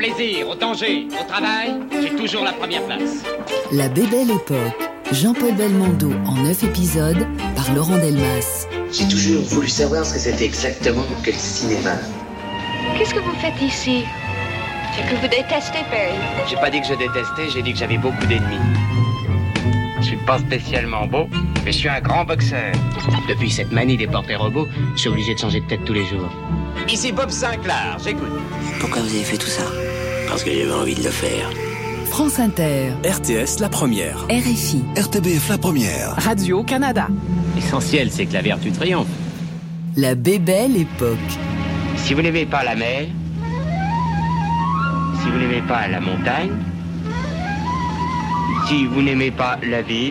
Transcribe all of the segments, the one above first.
plaisir, au danger, au travail, j'ai toujours la première place. La Bébelle Époque, Jean-Paul Belmondo en 9 épisodes par Laurent Delmas. J'ai toujours voulu savoir ce que c'était exactement que le cinéma. Qu'est-ce que vous faites ici? C'est que vous détestez Perry. J'ai pas dit que je détestais, j'ai dit que j'avais beaucoup d'ennemis. Je suis pas spécialement beau, mais je suis un grand boxeur. Depuis cette manie des portraits robots, je suis obligé de changer de tête tous les jours. Ici Bob Sinclair, j'écoute. Pourquoi vous avez fait tout ça? Parce que j'avais envie de le faire. France Inter, RTS La Première, RFI, RTBF La Première, Radio-Canada. L'essentiel, c'est que la vertu triomphe. La Bébelle Époque. Si vous n'aimez pas la mer, si vous n'aimez pas la montagne, si vous n'aimez pas la ville,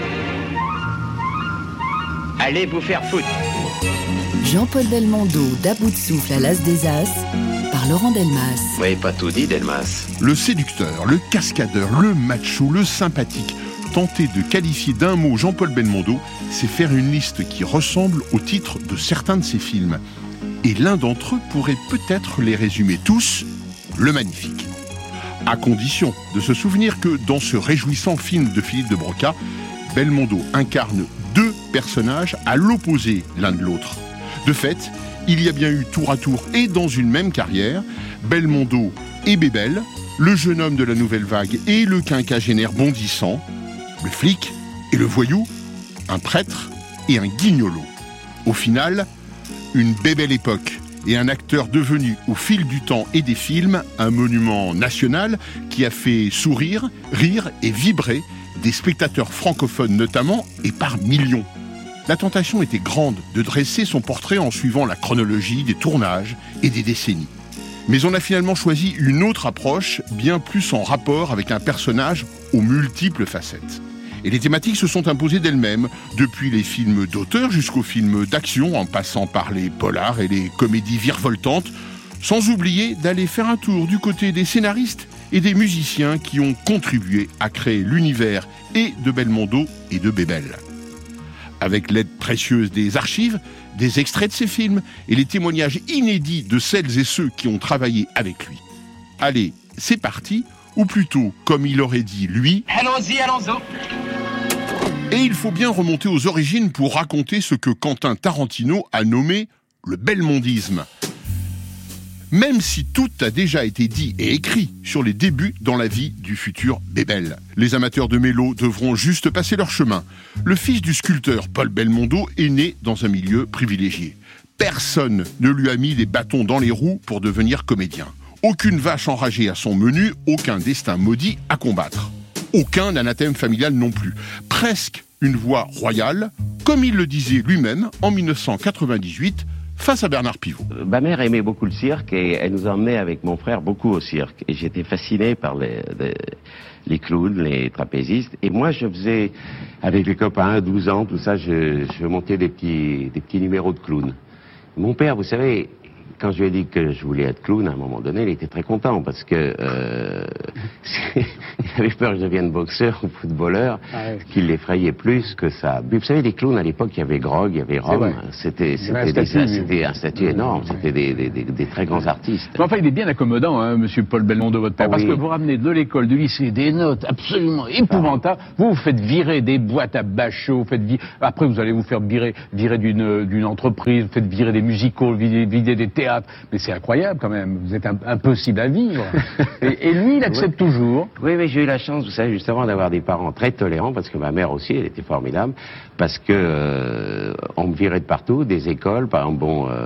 allez vous faire foutre. Jean-Paul Belmondo d'À bout de souffle à l'As des As par Laurent Delmas. Vous n'avez pas tout dit, Delmas. Le séducteur, le cascadeur, le macho, le sympathique. Tenter de qualifier d'un mot Jean-Paul Belmondo, c'est faire une liste qui ressemble au titre de certains de ses films. Et l'un d'entre eux pourrait peut-être les résumer tous, le Magnifique. À condition de se souvenir que dans ce réjouissant film de Philippe de Broca, Belmondo incarne deux personnages à l'opposé l'un de l'autre. De fait, il y a bien eu tour à tour et dans une même carrière, Belmondo et Bébel, le jeune homme de la nouvelle vague et le quinquagénaire bondissant, le flic et le voyou, un prêtre et un guignolo. Au final, une bébelle époque et un acteur devenu au fil du temps et des films un monument national qui a fait sourire, rire et vibrer des spectateurs francophones notamment et par millions. La tentation était grande de dresser son portrait en suivant la chronologie des tournages et des décennies. Mais on a finalement choisi une autre approche, bien plus en rapport avec un personnage aux multiples facettes. Et les thématiques se sont imposées d'elles-mêmes, depuis les films d'auteur jusqu'aux films d'action, en passant par les polars et les comédies virevoltantes, sans oublier d'aller faire un tour du côté des scénaristes et des musiciens qui ont contribué à créer l'univers et de Belmondo et de Bébel. Avec l'aide précieuse des archives, des extraits de ses films et les témoignages inédits de celles et ceux qui ont travaillé avec lui. Allez, c'est parti, ou plutôt, comme il aurait dit lui... Allons-y, allons-y. Et il faut bien remonter aux origines pour raconter ce que Quentin Tarantino a nommé le belmondisme. Même si tout a déjà été dit et écrit sur les débuts dans la vie du futur Bébel. Les amateurs de mélo devront juste passer leur chemin. Le fils du sculpteur Paul Belmondo est né dans un milieu privilégié. Personne ne lui a mis des bâtons dans les roues pour devenir comédien. Aucune vache enragée à son menu, aucun destin maudit à combattre. Aucun anathème familial non plus. Presque une voie royale, comme il le disait lui-même en 1998, face à Bernard Pivot. Ma mère aimait beaucoup le cirque et elle nous emmenait avec mon frère beaucoup au cirque. Et j'étais fasciné par les clowns, les trapézistes. Et moi, je faisais, avec les copains, 12 ans, tout ça, je montais des petits numéros de clown. Mon père, vous savez, quand je lui ai dit que je voulais être clown, à un moment donné, il était très content parce que il avait peur que je devienne boxeur ou footballeur, qu'il l'effrayait plus que ça. Vous savez, les clowns à l'époque, il y avait Grog, il y avait Rome, c'était un statut énorme, c'était des très grands artistes. Mais enfin, il est bien accommodant, hein, monsieur Paul Belmondo, votre père, parce que vous ramenez de l'école, du lycée, des notes absolument épouvantables. Vous faites virer des boîtes à Bachot, après vous allez vous faire virer d'une entreprise, vous faites virer des musicals, vider des théâtres. Mais c'est incroyable quand même, vous êtes impossible à vivre. Et lui, il accepte toujours. Oui, mais j'ai eu la chance, vous savez, justement, d'avoir des parents très tolérants, parce que ma mère aussi, elle était formidable, parce que on me virait de partout, des écoles, par exemple,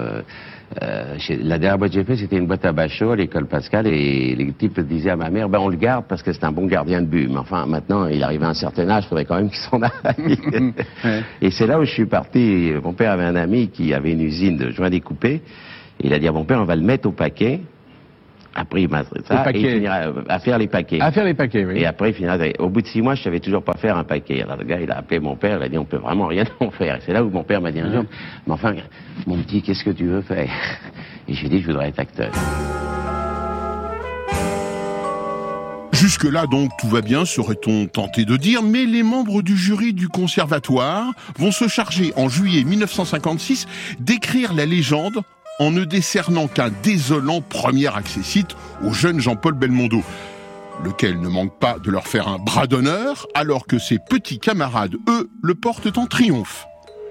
la dernière boîte que j'ai fait, c'était une boîte à Bachot, à l'école Pascal, et les types disaient à ma mère, on le garde parce que c'est un bon gardien de but. Mais enfin, maintenant, il arrive à un certain âge, il faudrait quand même qu'il s'en aille. Et c'est là où je suis parti. Mon père avait un ami qui avait une usine de joints découpés. Il a dit à mon père, on va le mettre au paquet. Après, il m'a ça, et il finira à faire les paquets. À faire les paquets, oui. Et après, il finira. Au bout de 6 mois, je savais toujours pas faire un paquet. Alors le gars, il a appelé mon père, il a dit, on peut vraiment rien en faire. Et c'est là où mon père m'a dit un jour, mais enfin, mon petit, qu'est-ce que tu veux faire? Et j'ai dit, je voudrais être acteur. Jusque-là, donc, tout va bien, serait-on tenté de dire, mais les membres du jury du conservatoire vont se charger, en juillet 1956, d'écrire la légende en ne décernant qu'un désolant premier accessit au jeune Jean-Paul Belmondo, lequel ne manque pas de leur faire un bras d'honneur, alors que ses petits camarades, eux, le portent en triomphe.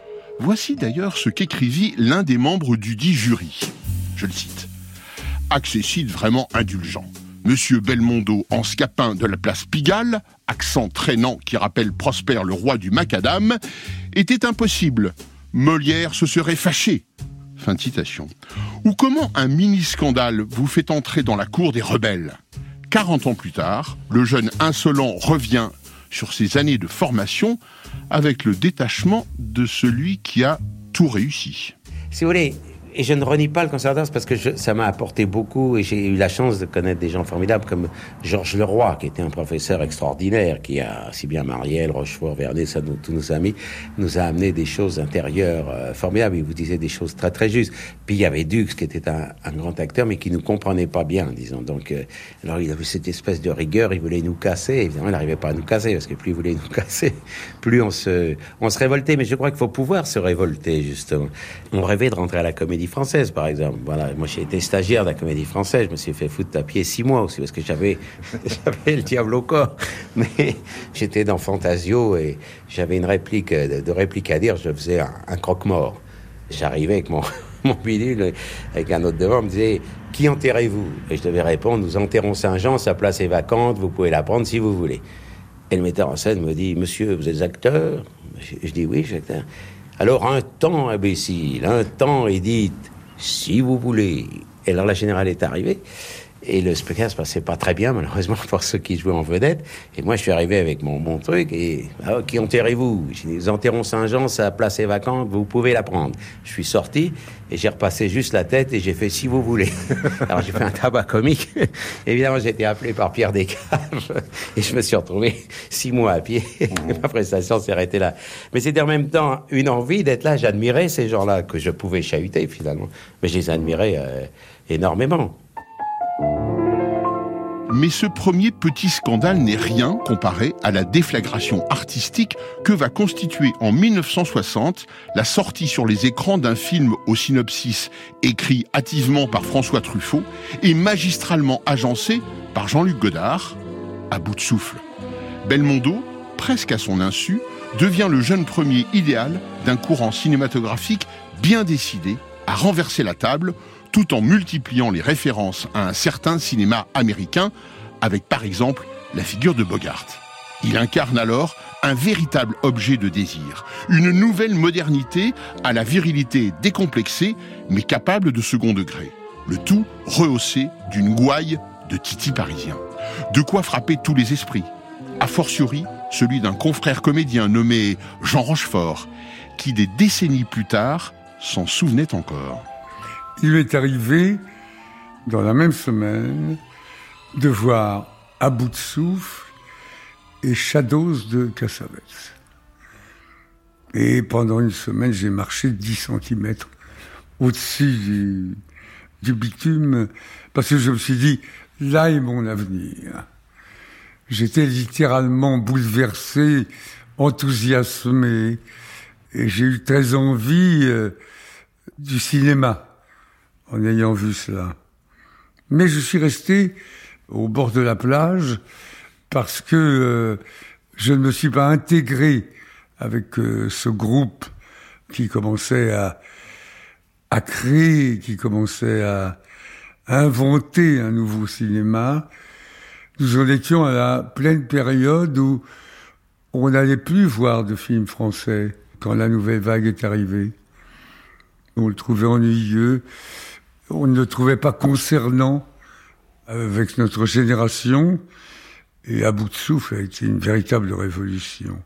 Voici d'ailleurs ce qu'écrivit l'un des membres du dit jury. Je le cite. « Accessit vraiment indulgent. Monsieur Belmondo en scapin de la place Pigalle, accent traînant qui rappelle Prosper le roi du macadam, était impossible. Molière se serait fâché. » Fin de citation. Ou comment un mini-scandale vous fait entrer dans la cour des rebelles. 40 ans plus tard, le jeune insolent revient sur ses années de formation avec le détachement de celui qui a tout réussi. Si vous voulez, et je ne renie pas le conservatoire parce que ça m'a apporté beaucoup et j'ai eu la chance de connaître des gens formidables comme Georges Leroy, qui était un professeur extraordinaire, qui a, si bien Marielle, Rochefort, Vernet, ça, tous nos amis, nous a amené des choses intérieures formidables. Il vous disait des choses très très justes. Puis il y avait Dux, qui était un grand acteur, mais qui nous comprenait pas bien, disons. Donc, alors il avait cette espèce de rigueur, il voulait nous casser. Évidemment, il n'arrivait pas à nous casser, parce que plus il voulait nous casser, plus on se révoltait. Mais je crois qu'il faut pouvoir se révolter, justement. On rêvait de rentrer à la Comédie Française, par exemple. Voilà, moi j'ai été stagiaire de la Comédie Française, je me suis fait foutre à pied 6 mois aussi parce que j'avais le diable au corps. Mais j'étais dans Fantasio et j'avais une réplique à dire. Je faisais un croque-mort. J'arrivais avec mon bidule, avec un autre devant, on me disait « Qui enterrez-vous » Et je devais répondre « Nous enterrons Saint-Jean, sa place est vacante, vous pouvez la prendre si vous voulez. » Et le metteur en scène me dit « Monsieur, vous êtes acteur ?» Je dis « Oui, je suis acteur. » Alors, un temps, imbécile, un temps, et dites, si vous voulez. Et alors, la générale est arrivée, et le spectacle se passait pas très bien, malheureusement, pour ceux qui jouaient en vedette. Et moi, je suis arrivé avec mon truc, et qui enterrez-vous ? J'ai dit, nous enterrons Saint-Jean, sa place est vacante, vous pouvez la prendre. Je suis sorti, et j'ai repassé juste la tête, et j'ai fait, si vous voulez. Alors, j'ai fait un tabac comique. Évidemment, j'ai été appelé par Pierre Descaves, et je me suis retrouvé 6 mois à pied. Ma prestation s'est arrêtée là. Mais c'était en même temps une envie d'être là. J'admirais ces gens-là, que je pouvais chahuter, finalement. Mais je les admirais énormément. Mais ce premier petit scandale n'est rien comparé à la déflagration artistique que va constituer en 1960 la sortie sur les écrans d'un film au synopsis écrit hâtivement par François Truffaut et magistralement agencé par Jean-Luc Godard, À bout de souffle. Belmondo, presque à son insu, devient le jeune premier idéal d'un courant cinématographique bien décidé à renverser la table tout en multipliant les références à un certain cinéma américain, avec par exemple la figure de Bogart. Il incarne alors un véritable objet de désir, une nouvelle modernité à la virilité décomplexée, mais capable de second degré. Le tout rehaussé d'une gouaille de titi parisien. De quoi frapper tous les esprits. A fortiori, celui d'un confrère comédien nommé Jean Rochefort, qui des décennies plus tard s'en souvenait encore. Il m'est arrivé, dans la même semaine, de voir À bout de souffle et Shadows de Cassavetes. Et pendant une semaine, j'ai marché 10 cm au-dessus du bitume, parce que je me suis dit, là est mon avenir. J'étais littéralement bouleversé, enthousiasmé, et j'ai eu très envie du cinéma en ayant vu cela. Mais je suis resté au bord de la plage parce que je ne me suis pas intégré avec ce groupe qui commençait à créer, qui commençait à inventer un nouveau cinéma. Nous en étions à la pleine période où on n'allait plus voir de films français quand la nouvelle vague est arrivée. On le trouvait ennuyeux, on ne le trouvait pas concernant avec notre génération, et À bout de souffle a été une véritable révolution.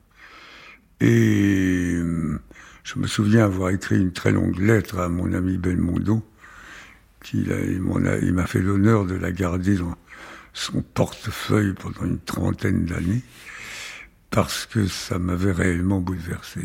Et je me souviens avoir écrit une très longue lettre à mon ami Belmondo, il m'a fait l'honneur de la garder dans son portefeuille pendant une 30aine d'années, parce que ça m'avait réellement bouleversé.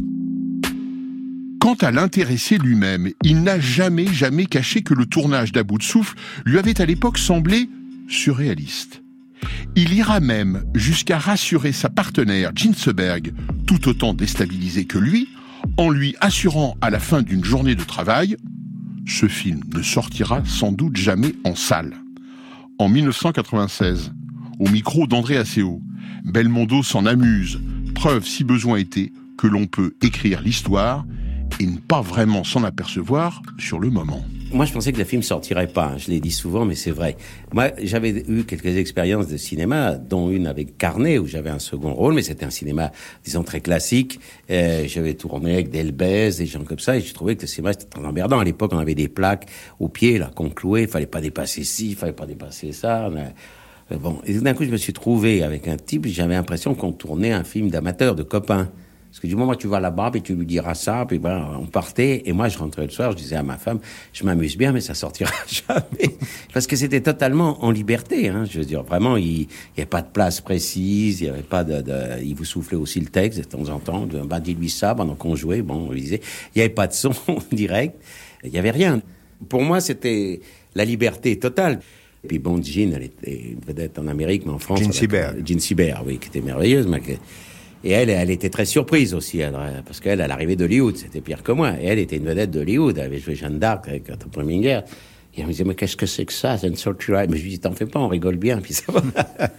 Quant à l'intéressé lui-même, il n'a jamais caché que le tournage d'À bout de souffle lui avait à l'époque semblé surréaliste. Il ira même jusqu'à rassurer sa partenaire Ginsberg, tout autant déstabilisée que lui, en lui assurant à la fin d'une journée de travail ce film ne sortira sans doute jamais en salle. En 1996, au micro d'André Asseo, Belmondo s'en amuse, preuve si besoin était que l'on peut écrire l'histoire et ne pas vraiment s'en apercevoir sur le moment. Moi, je pensais que le film sortirait pas. Je l'ai dit souvent, mais c'est vrai. Moi, j'avais eu quelques expériences de cinéma, dont une avec Carnet, où j'avais un second rôle, mais c'était un cinéma, disons, très classique. J'avais tourné avec Delbez, des gens comme ça, et je trouvais que le cinéma, c'était très emmerdant. À l'époque, on avait des plaques au pied, là, qu'on clouait. Il fallait pas dépasser ci, il fallait pas dépasser ça. Bon. Et d'un coup, je me suis trouvé avec un type, j'avais l'impression qu'on tournait un film d'amateur, de copains. Parce que du moment où tu vas là-bas, puis tu lui diras ça, puis ben, on partait, et moi je rentrais le soir, je disais à ma femme, je m'amuse bien, mais ça sortira jamais. Parce que c'était totalement en liberté, hein. Je veux dire, vraiment, il y avait pas de place précise, il y avait pas il vous soufflait aussi le texte de temps en temps, dis-lui ça pendant qu'on jouait, bon, on disait, il y avait pas de son direct, il y avait rien. Pour moi, c'était la liberté totale. Et puis bon, Jean, elle était une vedette en Amérique, mais en France... Jean Seberg. Jean Seberg, oui, qui était merveilleuse, mais et elle était très surprise aussi, parce qu'elle arrivait d'Hollywood, c'était pire que moi. Et elle était une vedette d'Hollywood, elle avait joué Jeanne d'Arc avec la Première Guerre. Et elle me disait, mais qu'est-ce que c'est que ça? C'est une surprise. Mais je lui dis, t'en fais pas, on rigole bien, puis ça va.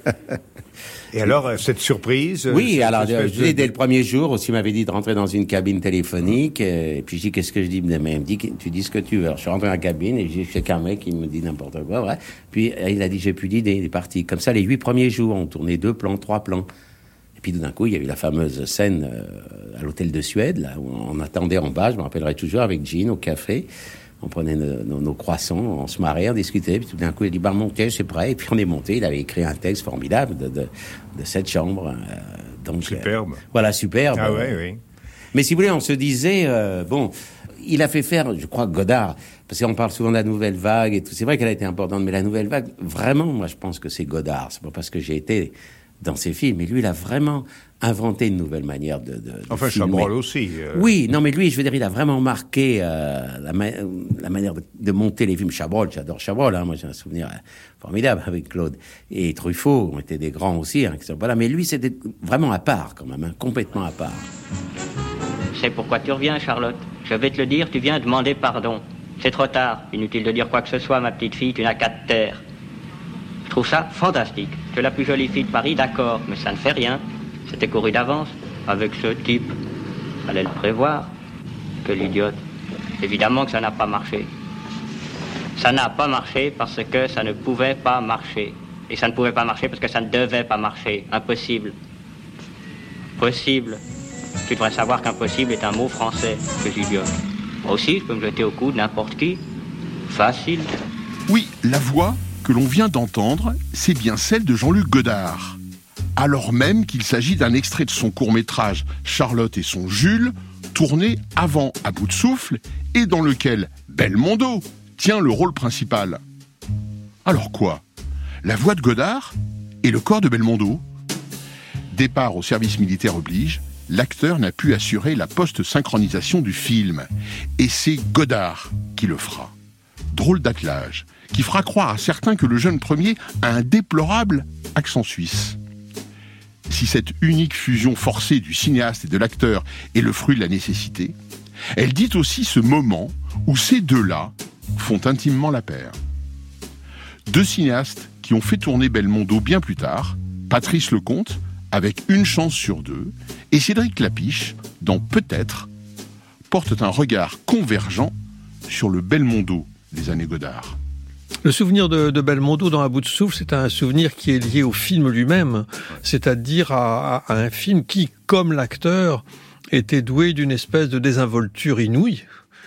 Et alors, cette surprise? Oui, alors, dès le premier jour, aussi, il m'avait dit de rentrer dans une cabine téléphonique, et puis je dis, qu'est-ce que je dis? Mais elle me dit, tu dis ce que tu veux. Alors, je suis rentré dans la cabine, et j'ai qu'un mec qui me dit n'importe quoi, ouais. Puis, il a dit, j'ai plus d'idées, il est parti. Comme ça, les 8 premiers jours, on tournait 2 plans, 3 plans. Puis tout d'un coup, il y a eu la fameuse scène à l'hôtel de Suède, là, où on attendait en bas, je me rappellerai toujours, avec Jean au café. On prenait nos croissants, on se marrait, on discutait. Puis tout d'un coup, il dit, montez, c'est prêt. Et puis on est monté, il avait écrit un texte formidable de cette chambre. Donc, superbe. Voilà, superbe. Ah ouais, oui. Mais si vous voulez, on se disait, il a fait faire, je crois, Godard, parce qu'on parle souvent de la nouvelle vague et tout. C'est vrai qu'elle a été importante, mais la nouvelle vague, vraiment, moi, je pense que c'est Godard. C'est pas parce que j'ai été dans ses films, mais lui, il a vraiment inventé une nouvelle manière de enfin, filmer. Chabrol aussi. Oui, non, mais lui, je veux dire, il a vraiment marqué la manière de monter les films. Chabrol, j'adore Chabrol, hein, moi j'ai un souvenir formidable avec Claude. Et Truffaut ont été des grands aussi, hein, voilà, mais lui, c'était vraiment à part, quand même, hein, complètement à part. Je sais pourquoi tu reviens, Charlotte. Je vais te le dire, tu viens demander pardon. C'est trop tard, inutile de dire quoi que ce soit, ma petite fille, tu n'as qu'à te taire. Je trouve ça fantastique. Tu es la plus jolie fille de Paris, d'accord, mais ça ne fait rien. C'était couru d'avance, avec ce type. Fallait le prévoir. Quel idiote. Évidemment que ça n'a pas marché. Ça n'a pas marché parce que ça ne pouvait pas marcher. Et ça ne pouvait pas marcher parce que ça ne devait pas marcher. Impossible. Possible. Tu devrais savoir qu'impossible est un mot français, que idiot. Moi aussi, je peux me jeter au cou de n'importe qui. Facile. Oui, la voix que l'on vient d'entendre, c'est bien celle de Jean-Luc Godard. Alors même qu'il s'agit d'un extrait de son court-métrage Charlotte et son Jules, tourné avant À bout de souffle, et dans lequel Belmondo tient le rôle principal. Alors quoi? La voix de Godard et le corps de Belmondo? Départ au service militaire oblige, l'acteur n'a pu assurer la post-synchronisation du film. Et c'est Godard qui le fera. Drôle d'attelage, qui fera croire à certains que le jeune premier a un déplorable accent suisse. Si cette unique fusion forcée du cinéaste et de l'acteur est le fruit de la nécessité, elle dit aussi ce moment où ces deux-là font intimement la paire. Deux cinéastes qui ont fait tourner Belmondo bien plus tard, Patrice Lecomte, avec Une chance sur deux, et Cédric Klapisch, dans Peut-être, portent un regard convergent sur le Belmondo des années Godard. Le souvenir de Belmondo dans À bout de souffle, c'est un souvenir qui est lié au film lui-même, c'est-à-dire à un film qui, comme l'acteur, était doué d'une espèce de désinvolture inouïe,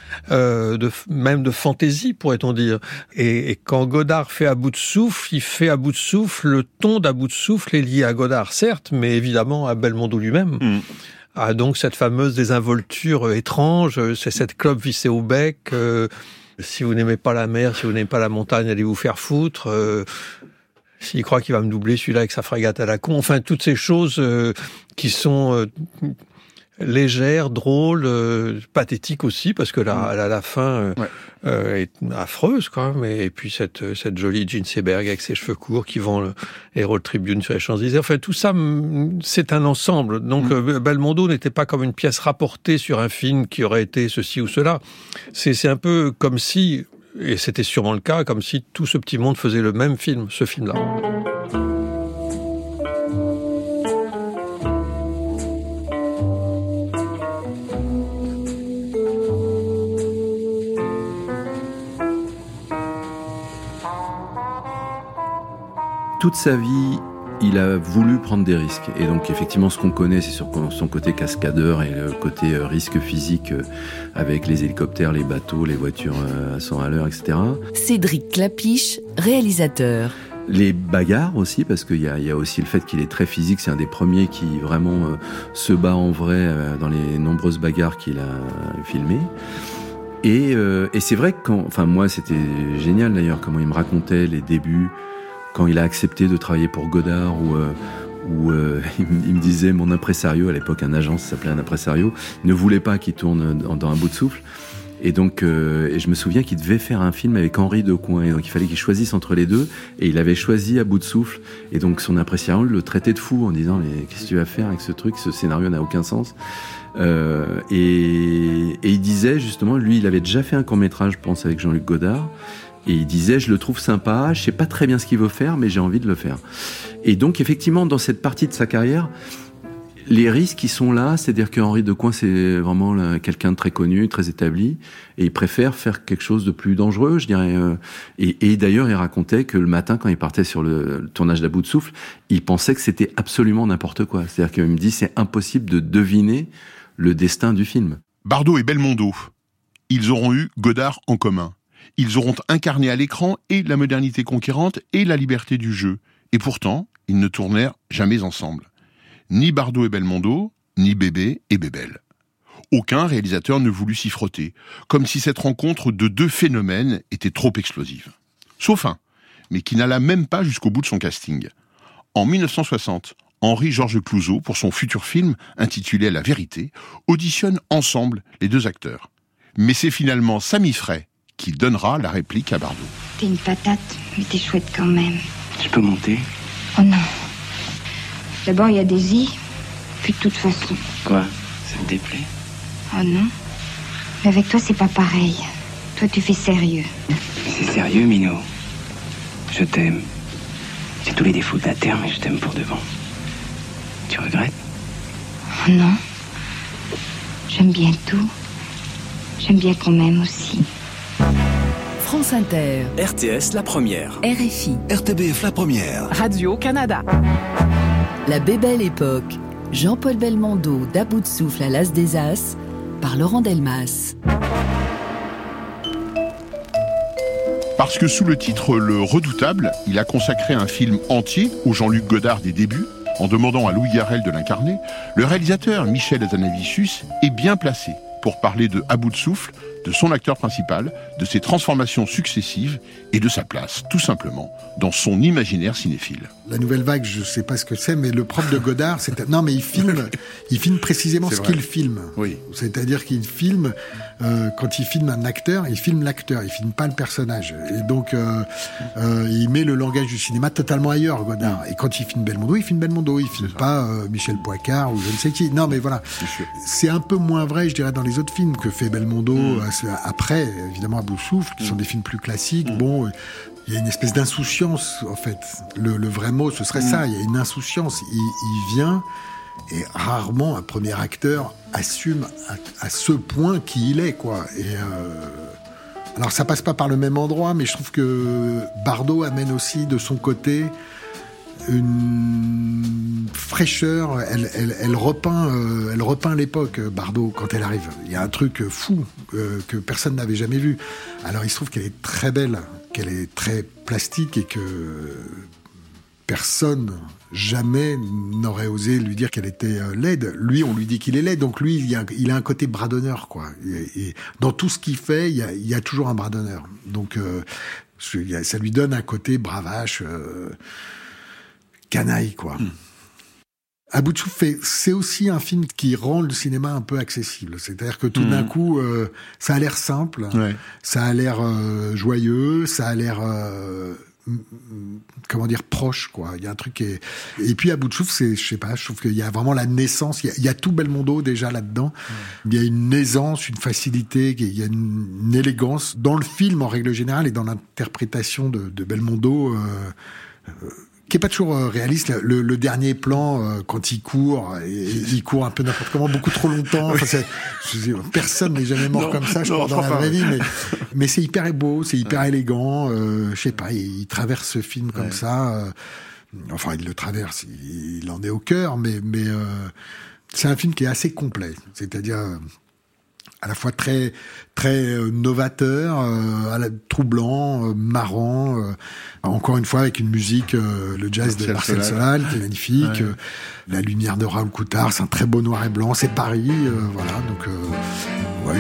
même de fantaisie, pourrait-on dire. Et quand Godard fait À bout de souffle, il fait À bout de souffle, le ton d'À bout de souffle est lié à Godard, certes, mais évidemment à Belmondo lui-même. Ah, donc cette fameuse désinvolture étrange, c'est cette clope vissée au bec, si vous n'aimez pas la mer, si vous n'aimez pas la montagne, allez vous faire foutre. S'il croit qu'il va me doubler, celui-là avec sa frégate à la con. Enfin, toutes ces choses qui sont légère, drôle, pathétique aussi, parce que la fin est affreuse quand même. Et puis cette jolie Jean Seberg avec ses cheveux courts qui vend le Herald Tribune sur les Champs-Élysées. Enfin, tout ça, c'est un ensemble. Donc Belmondo n'était pas comme une pièce rapportée sur un film qui aurait été ceci ou cela. C'est un peu comme si, et c'était sûrement le cas, comme si tout ce petit monde faisait le même film, ce film-là. Toute sa vie, il a voulu prendre des risques. Et donc, effectivement, ce qu'on connaît, c'est sur son côté cascadeur et le côté risque physique avec les hélicoptères, les bateaux, les voitures à 100 à l'heure, etc. Cédric Clapiche, réalisateur. Les bagarres aussi, parce qu'il y a aussi le fait qu'il est très physique. C'est un des premiers qui vraiment se bat en vrai dans les nombreuses bagarres qu'il a filmées. Et c'est vrai que moi, c'était génial d'ailleurs, comment il me racontait les débuts, quand il a accepté de travailler pour Godard, où il me disait, mon impresario, à l'époque un agent, ça s'appelait un impresario, ne voulait pas qu'il tourne dans Un bout de souffle. Et donc, et je me souviens qu'il devait faire un film avec Henri Decoing, et donc il fallait qu'il choisisse entre les deux, et il avait choisi À bout de souffle, et donc son impresario le traitait de fou en disant, mais qu'est-ce que tu vas faire avec ce truc, ce scénario n'a aucun sens. Et il disait justement, lui, il avait déjà fait un court-métrage, je pense, avec Jean-Luc Godard. Et il disait, je le trouve sympa, je sais pas très bien ce qu'il veut faire, mais j'ai envie de le faire. Et donc, effectivement, dans cette partie de sa carrière, les risques, ils sont là, c'est-à-dire que Henri Decoing, c'est vraiment quelqu'un de très connu, très établi, et il préfère faire quelque chose de plus dangereux, je dirais. Et d'ailleurs, il racontait que le matin, quand il partait sur le tournage d'À bout de souffle, il pensait que c'était absolument n'importe quoi. C'est-à-dire qu'il me dit, c'est impossible de deviner le destin du film. Bardot et Belmondo, ils auront eu Godard en commun. Ils auront incarné à l'écran et la modernité conquérante et la liberté du jeu. Et pourtant, ils ne tournèrent jamais ensemble. Ni Bardot et Belmondo, ni Bébé et Bébel. Aucun réalisateur ne voulut s'y frotter, comme si cette rencontre de deux phénomènes était trop explosive. Sauf un, mais qui n'alla même pas jusqu'au bout de son casting. En 1960, Henri-Georges Clouzot, pour son futur film intitulé La Vérité, auditionne ensemble les deux acteurs. Mais c'est finalement Samy Frey qui donnera la réplique à Bardot. T'es une patate, mais t'es chouette quand même. Je peux monter? Oh non. D'abord, il y a des i, puis de toute façon. Quoi? Ça te déplaît? Oh non. Mais avec toi, c'est pas pareil. Toi, tu fais sérieux. C'est sérieux, Minou. Je t'aime. J'ai tous les défauts de la terre, mais je t'aime pour de bon. Tu regrettes? Oh non. J'aime bien tout. J'aime bien qu'on m'aime aussi. France Inter. RTS La Première. RFI. RTBF La Première. Radio-Canada. La Bébelle Époque. Jean-Paul Belmondo d'À bout de souffle à l'As des As par Laurent Delmas. Parce que sous le titre Le Redoutable, il a consacré un film entier au Jean-Luc Godard des débuts, en demandant à Louis Garrel de l'incarner, le réalisateur Michel Hazanavicius est bien placé pour parler de À bout de souffle, de son acteur principal, de ses transformations successives et de sa place, tout simplement, dans son imaginaire cinéphile. La nouvelle vague, je sais pas ce que c'est, mais le propre de Godard, c'est... Non, mais il filme précisément ce qu'il filme. Oui. C'est-à-dire qu'il filme, quand il filme un acteur, il filme l'acteur, il filme pas le personnage. Et donc, il met le langage du cinéma totalement ailleurs, Godard. Et quand il filme Belmondo, il filme pas Michel Poicart ou je ne sais qui. Non, mais voilà. C'est un peu moins vrai, je dirais, dans les autres films que fait Belmondo après, évidemment, À bout de souffle, qui sont des films plus classiques. Bon, il y a une espèce d'insouciance, en fait. Le vrai mot, ce serait ça. Il y a une insouciance. Il vient, et rarement un premier acteur assume à ce point qui il est, quoi. Et alors, ça passe pas par le même endroit, mais je trouve que Bardot amène aussi de son côté une fraîcheur. Elle repeint l'époque, Bardot, quand elle arrive. Il y a un truc fou que personne n'avait jamais vu. Alors il se trouve qu'elle est très belle, qu'elle est très plastique et que personne jamais n'aurait osé lui dire qu'elle était laide. Lui, on lui dit qu'il est laid, donc lui, il a un côté bras d'honneur, quoi. Et dans tout ce qu'il fait, il y a toujours un bras d'honneur. Donc ça lui donne un côté bravache, canaille, quoi. À bout de souffle, c'est aussi un film qui rend le cinéma un peu accessible. C'est-à-dire que tout d'un coup, ça a l'air simple, ça a l'air joyeux, ça a l'air proche, quoi. Il y a un truc qui est... Et puis à bout de souffle, je trouve qu'il y a vraiment la naissance, il y a tout Belmondo déjà là-dedans. Il y a une aisance, une facilité, il y a une élégance dans le film en règle générale et dans l'interprétation de Belmondo, qui est pas toujours réaliste. Le dernier plan, quand il court, il court un peu n'importe comment, beaucoup trop longtemps. Enfin, personne n'est jamais mort comme ça, je crois, dans la vraie vie. Mais c'est hyper beau, c'est hyper élégant. Je sais pas, il traverse ce film comme ça. Enfin, il le traverse, il en est au cœur, mais c'est un film qui est assez complet. C'est-à-dire à la fois très très novateur, troublant, marrant, encore une fois avec une musique, le jazz de Marcel Solal qui est magnifique, la lumière de Raoul Coutard, c'est un très beau noir et blanc, c'est Paris, voilà, donc ouais.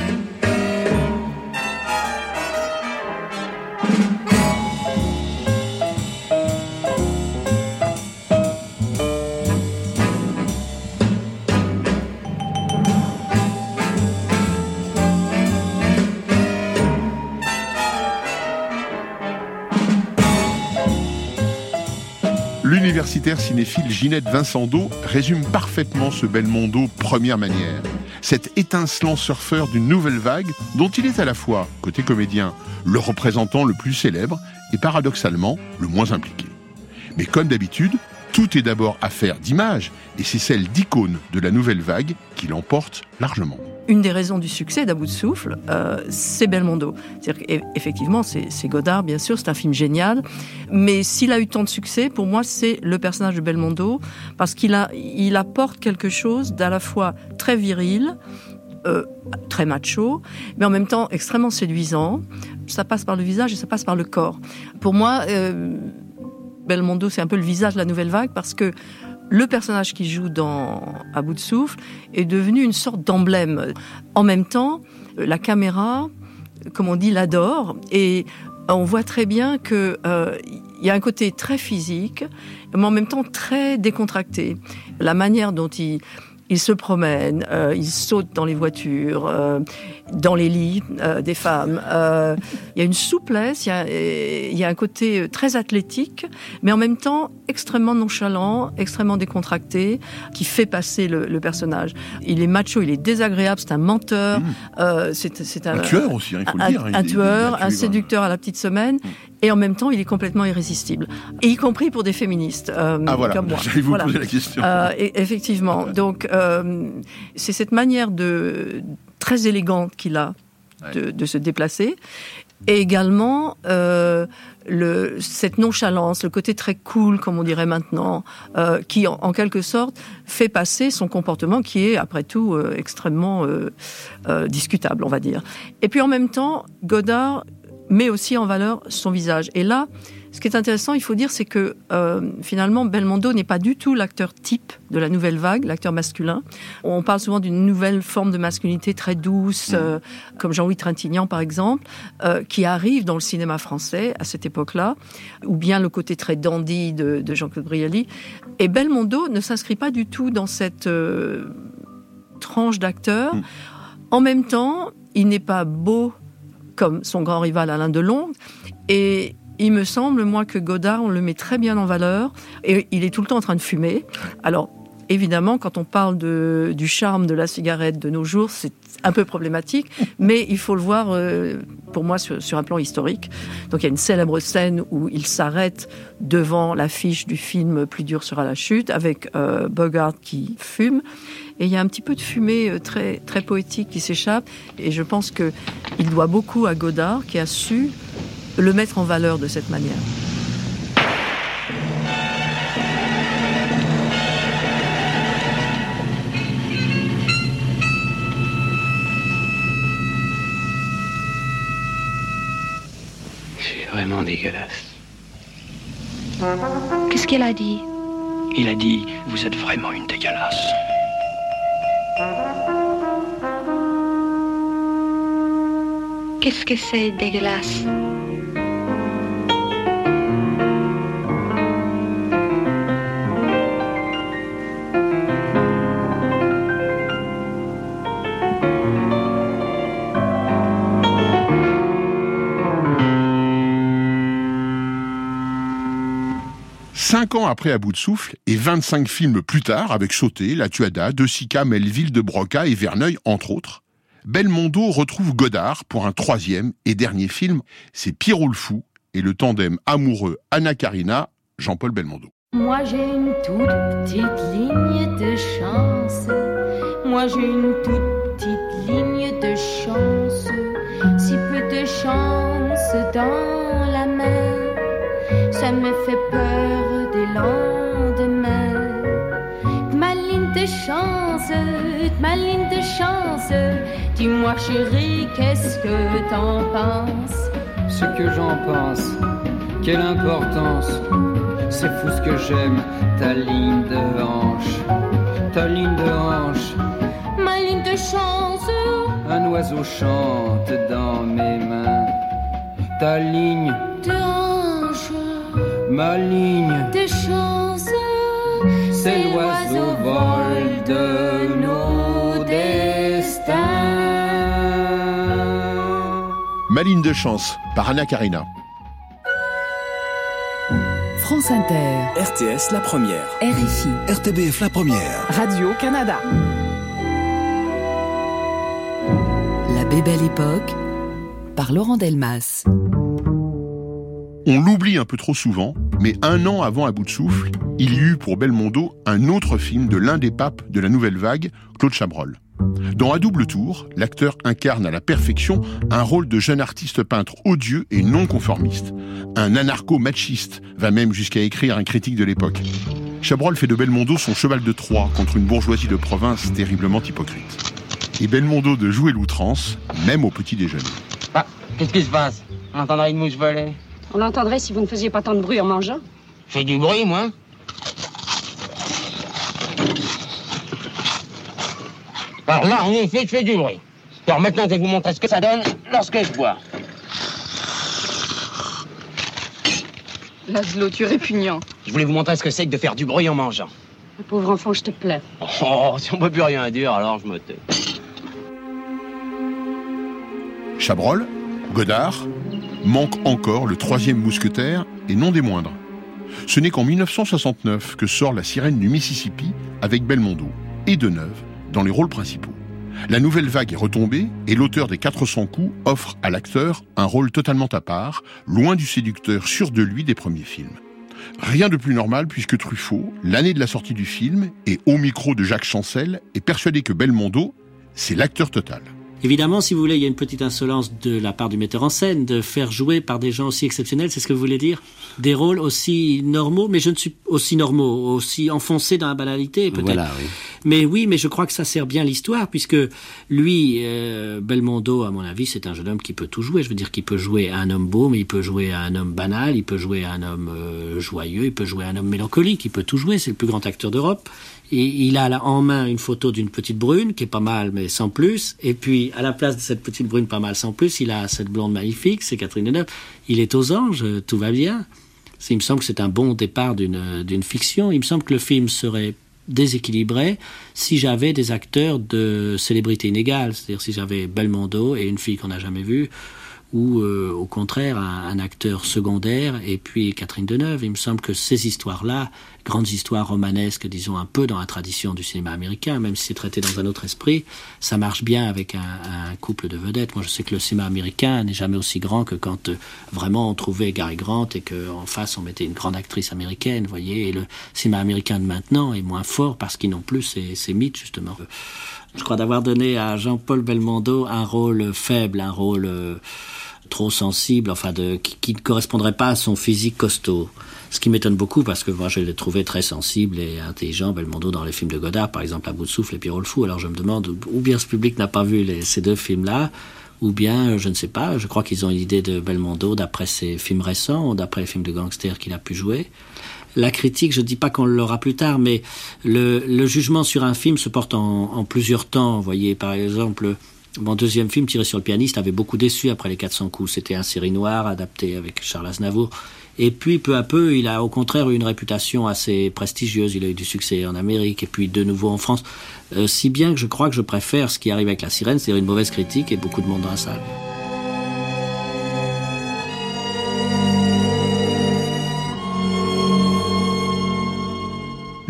L'universitaire cinéphile Ginette Vincendo résume parfaitement ce Belmondo première manière. Cet étincelant surfeur d'une nouvelle vague dont il est à la fois, côté comédien, le représentant le plus célèbre et paradoxalement le moins impliqué. Mais comme d'habitude, tout est d'abord affaire d'image et c'est celle d'icône de la nouvelle vague qui l'emporte largement. Une des raisons du succès d'À bout de souffle, c'est Belmondo. C'est-à-dire qu'effectivement, c'est Godard, bien sûr, c'est un film génial. Mais s'il a eu tant de succès, pour moi, c'est le personnage de Belmondo, parce qu'il apporte quelque chose d'à la fois très viril, très macho, mais en même temps extrêmement séduisant. Ça passe par le visage et ça passe par le corps. Pour moi, Belmondo, c'est un peu le visage de la nouvelle vague, parce que le personnage qui joue dans À bout de souffle est devenu une sorte d'emblème. En même temps, la caméra, comme on dit, l'adore. Et on voit très bien qu'il y a un côté très physique, mais en même temps très décontracté. La manière dont il se promène, il saute dans les voitures, dans les lits des femmes. Il y a une souplesse, il y a un côté très athlétique, mais en même temps extrêmement nonchalant, extrêmement décontracté, qui fait passer le personnage. Il est macho, il est désagréable, c'est un menteur. C'est un tueur aussi, il faut le dire. Un tueur, un séducteur à la petite semaine. Et en même temps, il est complètement irrésistible. Et y compris pour des féministes, voilà, comme moi. J'allais vous poser la question. Effectivement. Donc, c'est cette manière très élégante qu'il a de se déplacer. Et également, cette nonchalance, le côté très cool, comme on dirait maintenant, qui, en quelque sorte, fait passer son comportement qui est, après tout, extrêmement discutable, on va dire. Et puis, en même temps, Godard met aussi en valeur son visage. Et là, ce qui est intéressant, il faut dire, c'est que finalement, Belmondo n'est pas du tout l'acteur type de la nouvelle vague, l'acteur masculin. On parle souvent d'une nouvelle forme de masculinité très douce, comme Jean-Louis Trintignant, par exemple, qui arrive dans le cinéma français à cette époque-là, ou bien le côté très dandy de Jean-Claude Brialy. Et Belmondo ne s'inscrit pas du tout dans cette tranche d'acteur. En même temps, il n'est pas beau comme son grand rival Alain Delon. Et il me semble, moi, que Godard, on le met très bien en valeur. Et il est tout le temps en train de fumer. Alors, évidemment, quand on parle du charme de la cigarette de nos jours, c'est un peu problématique. Mais il faut le voir, pour moi, sur un plan historique. Donc, il y a une célèbre scène où il s'arrête devant l'affiche du film Plus dur sera la chute, avec Bogart qui fume. Et il y a un petit peu de fumée très, très poétique qui s'échappe. Et je pense qu'il doit beaucoup à Godard, qui a su le mettre en valeur de cette manière. C'est vraiment dégueulasse. Qu'est-ce qu'elle a dit? Il a dit, vous êtes vraiment une dégueulasse. Qu'est-ce que c'est dégueulasse? 5 ans après À bout de souffle et 25 films plus tard, avec Sauté, La Tuada, De Sica, Melville, De Broca et Verneuil, entre autres, Belmondo retrouve Godard pour un 3e et dernier film. C'est Pierrot le Fou et le tandem amoureux Anna Karina, Jean-Paul Belmondo. Moi j'ai une toute petite ligne de chance. Moi j'ai une toute petite ligne de chance. Si peu de chance dans la main, ça me fait peur des lendemains. Ma ligne de chance, ma ligne de chance. Dis-moi chérie, qu'est-ce que t'en penses? Ce que j'en pense, quelle importance. C'est fou ce que j'aime, ta ligne de hanche. Ta ligne de hanche. Ma ligne de chance. Un oiseau chante dans mes mains. Ta ligne de hanche. Ma ligne de chance. C'est l'oiseau vol de nos destins. Ma ligne de chance, par Anna Karina. France Inter. RTS La Première. RFI. RTBF La Première. Radio-Canada. La Bébelle Époque, par Laurent Delmas. On l'oublie un peu trop souvent, mais 1 an avant À bout de souffle, il y eut pour Belmondo un autre film de l'un des papes de la nouvelle vague, Claude Chabrol. Dans À double tour, l'acteur incarne à la perfection un rôle de jeune artiste peintre odieux et non conformiste. Un anarcho-machiste va même jusqu'à écrire un critique de l'époque. Chabrol fait de Belmondo son cheval de Troie contre une bourgeoisie de province terriblement hypocrite. Et Belmondo de jouer l'outrance, même au petit déjeuner. Ah, qu'est-ce qui se passe? On entendrait une mouche voler. On l'entendrait si vous ne faisiez pas tant de bruit en mangeant. Fais du bruit, moi. Alors là, en effet, je fais du bruit. Alors maintenant, je vais vous montrer ce que ça donne lorsque je bois. Laszlo, tu es répugnant. Je voulais vous montrer ce que c'est que de faire du bruit en mangeant. Le pauvre enfant, je te plains. Oh, si on peut plus rien dire, alors je me tais. Chabrol, Godard, manque encore le 3e mousquetaire, et non des moindres. Ce n'est qu'en 1969 que sort La Sirène du Mississippi avec Belmondo et Deneuve dans les rôles principaux. La nouvelle vague est retombée et l'auteur des 400 coups offre à l'acteur un rôle totalement à part, loin du séducteur sûr de lui des premiers films. Rien de plus normal puisque Truffaut, l'année de la sortie du film, et au micro de Jacques Chancel, est persuadé que Belmondo, c'est l'acteur total. Évidemment, si vous voulez, il y a une petite insolence de la part du metteur en scène de faire jouer par des gens aussi exceptionnels, c'est ce que vous voulez dire? Des rôles aussi normaux, mais je ne suis aussi normaux, aussi enfoncés dans la banalité, peut-être. Voilà, oui. Mais oui, mais je crois que ça sert bien l'histoire, puisque lui, Belmondo, à mon avis, c'est un jeune homme qui peut tout jouer. Je veux dire qu'il peut jouer à un homme beau, mais il peut jouer à un homme banal, il peut jouer à un homme joyeux, il peut jouer à un homme mélancolique, il peut tout jouer, c'est le plus grand acteur d'Europe. Et il a là en main une photo d'une petite brune, qui est pas mal, mais sans plus. Et puis, à la place de cette petite brune pas mal sans plus, il a cette blonde magnifique, c'est Catherine Deneuve. Il est aux anges, tout va bien. Il me semble que c'est un bon départ d'une fiction. Il me semble que le film serait déséquilibré si j'avais des acteurs de célébrité inégale. C'est-à-dire si j'avais Belmondo et une fille qu'on n'a jamais vue, ou au contraire un acteur secondaire et puis Catherine Deneuve. Il me semble que ces histoires-là, grandes histoires romanesques, disons un peu dans la tradition du cinéma américain, même si c'est traité dans un autre esprit, ça marche bien avec un couple de vedettes. Moi je sais que le cinéma américain n'est jamais aussi grand que quand vraiment on trouvait Cary Grant et qu'en face on mettait une grande actrice américaine, vous voyez, et le cinéma américain de maintenant est moins fort parce qu'ils n'ont plus ces mythes justement. Je crois d'avoir donné à Jean-Paul Belmondo un rôle faible, un rôle trop sensible, enfin qui ne correspondrait pas à son physique costaud. Ce qui m'étonne beaucoup parce que moi je l'ai trouvé très sensible et intelligent, Belmondo, dans les films de Godard, par exemple À bout de souffle et Pierrot le Fou. Alors je me demande, ou bien ce public n'a pas vu ces deux films-là, ou bien, je ne sais pas, je crois qu'ils ont une idée de Belmondo d'après ses films récents, ou d'après les films de gangsters qu'il a pu jouer. La critique, je ne dis pas qu'on l'aura plus tard, mais le jugement sur un film se porte en plusieurs temps. Vous voyez, par exemple, mon deuxième film, Tiré sur le pianiste, avait beaucoup déçu après les 400 coups. C'était un série noire adapté avec Charles Aznavour. Et puis, peu à peu, il a au contraire eu une réputation assez prestigieuse. Il a eu du succès en Amérique et puis de nouveau en France. Si bien que je crois que je préfère ce qui arrive avec La Sirène, c'est-à-dire une mauvaise critique et beaucoup de monde dans la salle.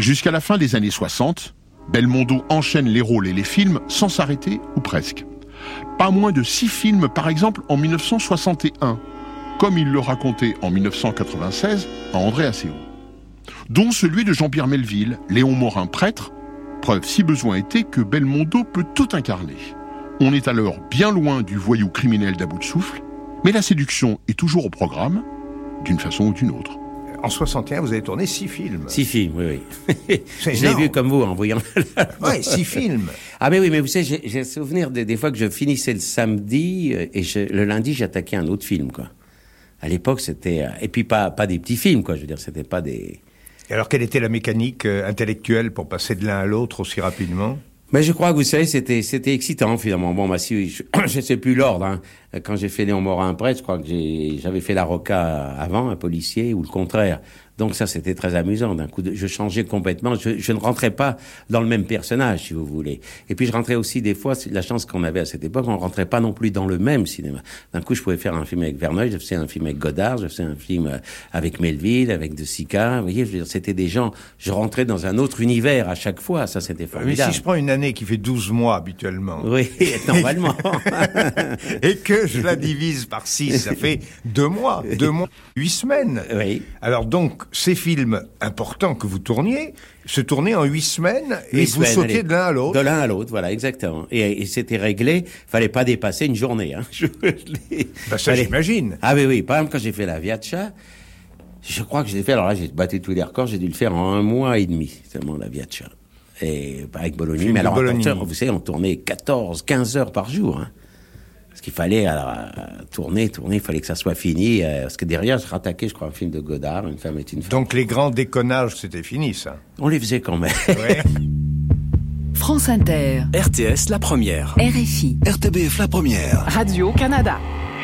Jusqu'à la fin des années 60, Belmondo enchaîne les rôles et les films sans s'arrêter, ou presque. Pas moins de 6 films, par exemple, en 1961, comme il le racontait en 1996 à André Asseo, dont celui de Jean-Pierre Melville, Léon Morin prêtre, preuve si besoin était que Belmondo peut tout incarner. On est alors bien loin du voyou criminel d'à bout de souffle, mais la séduction est toujours au programme, d'une façon ou d'une autre. En 61, vous avez tourné 6 films. 6 films, oui. Je l'ai vu comme vous en voyant. Oui, 6 films. Ah mais oui, mais vous savez, j'ai souvenir des fois que je finissais le samedi et le lundi j'attaquais un autre film, quoi. À l'époque, c'était et puis pas des petits films, quoi. Je veux dire, c'était pas des. Et alors, quelle était la mécanique intellectuelle pour passer de l'un à l'autre aussi rapidement? Mais je crois que vous savez, c'était excitant finalement. Bon, bah si, je sais plus l'ordre. Hein. Quand j'ai fait Léon Morin prêtre, je crois que j'avais fait la Roca avant, un policier, ou le contraire. Donc ça, c'était très amusant. D'un coup, je changeais complètement. Je ne rentrais pas dans le même personnage, si vous voulez. Et puis je rentrais aussi des fois, la chance qu'on avait à cette époque, on rentrait pas non plus dans le même cinéma. D'un coup, je pouvais faire un film avec Verneuil, je faisais un film avec Godard, je faisais un film avec Melville, avec De Sica. Vous voyez, je veux dire, c'était des gens. Je rentrais dans un autre univers à chaque fois. Ça, c'était formidable. Mais si je prends une année qui fait 12 mois habituellement. Oui, normalement. Et que je la divise par 6, ça fait 2 mois. 2 mois, 8 semaines. Oui. Alors donc, ces films importants que vous tourniez, se tournaient en 8 semaines et vous sautiez de l'un à l'autre. De l'un à l'autre, voilà, exactement. Et c'était réglé, fallait pas dépasser une journée. Hein. J'imagine. Ah oui, par exemple, quand j'ai fait la Viaccia, je crois que j'ai fait, alors là, j'ai battu tous les records, j'ai dû le faire en 1 mois et demi, seulement la Viaccia. Et avec Bologna, mais alors, vous savez, on tournait 15 heures par jour, hein. Parce qu'il fallait tourner, il fallait que ça soit fini. Parce que derrière, je rattaquais, je crois, un film de Godard, Une femme est une femme. Donc les grands déconnages, c'était fini, ça. On les faisait quand même. Ouais. France Inter. RTS La Première. RFI. RTBF La Première. Radio-Canada.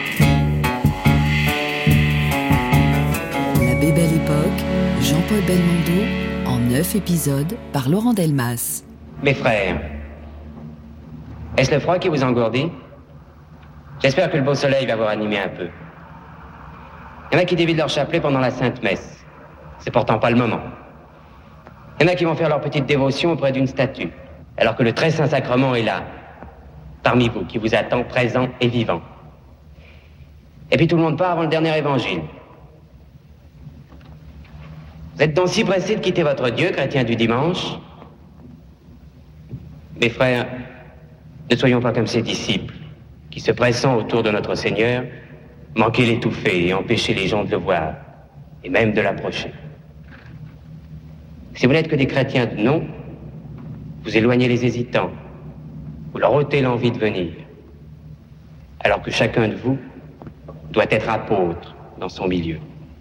La Bébelle Époque, Jean-Paul Belmondo, en 9 épisodes, par Laurent Delmas. Mes frères, est-ce le froid qui vous engourdit? J'espère que le beau soleil va vous ranimer un peu. Il y en a qui dévident leur chapelet pendant la Sainte Messe. C'est pourtant pas le moment. Il y en a qui vont faire leur petite dévotion auprès d'une statue, alors que le très saint sacrement est là, parmi vous, qui vous attend présent et vivant. Et puis tout le monde part avant le dernier évangile. Vous êtes donc si pressés de quitter votre Dieu, chrétien du dimanche? Mes frères, ne soyons pas comme ces disciples, qui se pressant autour de notre Seigneur, manquaient l'étouffer et empêchaient les gens de le voir, et même de l'approcher. Si vous n'êtes que des chrétiens de nom, vous éloignez les hésitants, vous leur ôtez l'envie de venir, alors que chacun de vous doit être apôtre dans son milieu.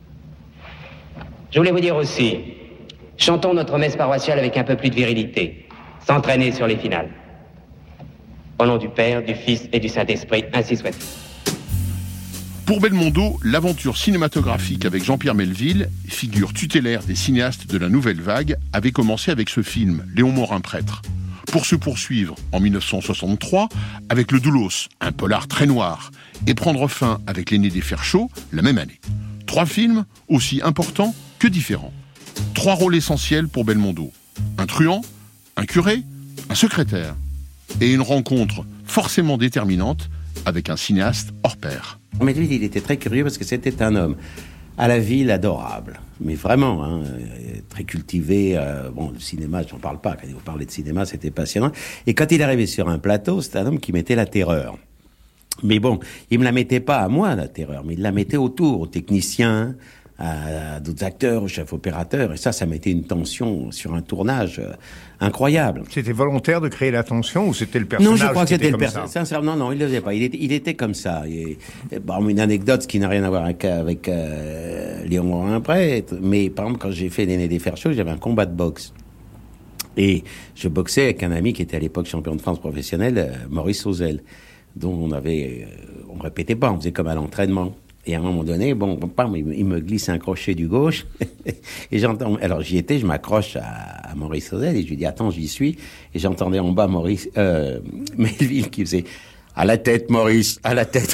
Je voulais vous dire aussi, chantons notre messe paroissiale avec un peu plus de virilité, sans traîner sur les finales. Au nom du Père, du Fils et du Saint-Esprit, ainsi soit-il. Pour Belmondo, l'aventure cinématographique avec Jean-Pierre Melville, figure tutélaire des cinéastes de la Nouvelle Vague, avait commencé avec ce film, Léon Morin prêtre, pour se poursuivre en 1963 avec Le Doulos, un polar très noir, et prendre fin avec L'Aîné des Fers chauds la même année. 3 films aussi importants que différents. 3 rôles essentiels pour Belmondo. Un truand, un curé, un secrétaire. Et une rencontre forcément déterminante avec un cinéaste hors pair. Melville, il était très curieux parce que c'était un homme à la ville adorable, mais vraiment, hein, très cultivé. Bon, le cinéma, je n'en parle pas. Quand vous parlez de cinéma, c'était passionnant. Et quand il arrivait sur un plateau, c'était un homme qui mettait la terreur. Mais bon, il me la mettait pas à moi, la terreur, mais il la mettait autour, aux techniciens, à d'autres acteurs, aux chefs opérateurs, et ça mettait une tension sur un tournage incroyable. C'était volontaire de créer la tension ou c'était le personnage? Non, je crois que c'était le personnage. Sincèrement, non, il le faisait pas. Il était comme ça. Bon, une anecdote qui n'a rien à voir avec Léon Morin prêtre, mais par exemple, quand j'ai fait L'Aîné des Fers chauds, j'avais un combat de boxe. Et je boxais avec un ami qui était à l'époque champion de France professionnel, Maurice Sauzel, dont on répétait pas, on faisait comme à l'entraînement. Et à un moment donné, il me glisse un crochet du gauche, et j'entends, alors j'y étais, je m'accroche à Maurice Sauzel, et je lui dis, attends, j'y suis, et j'entendais en bas Melville qui faisait, À la tête, Maurice, à la tête.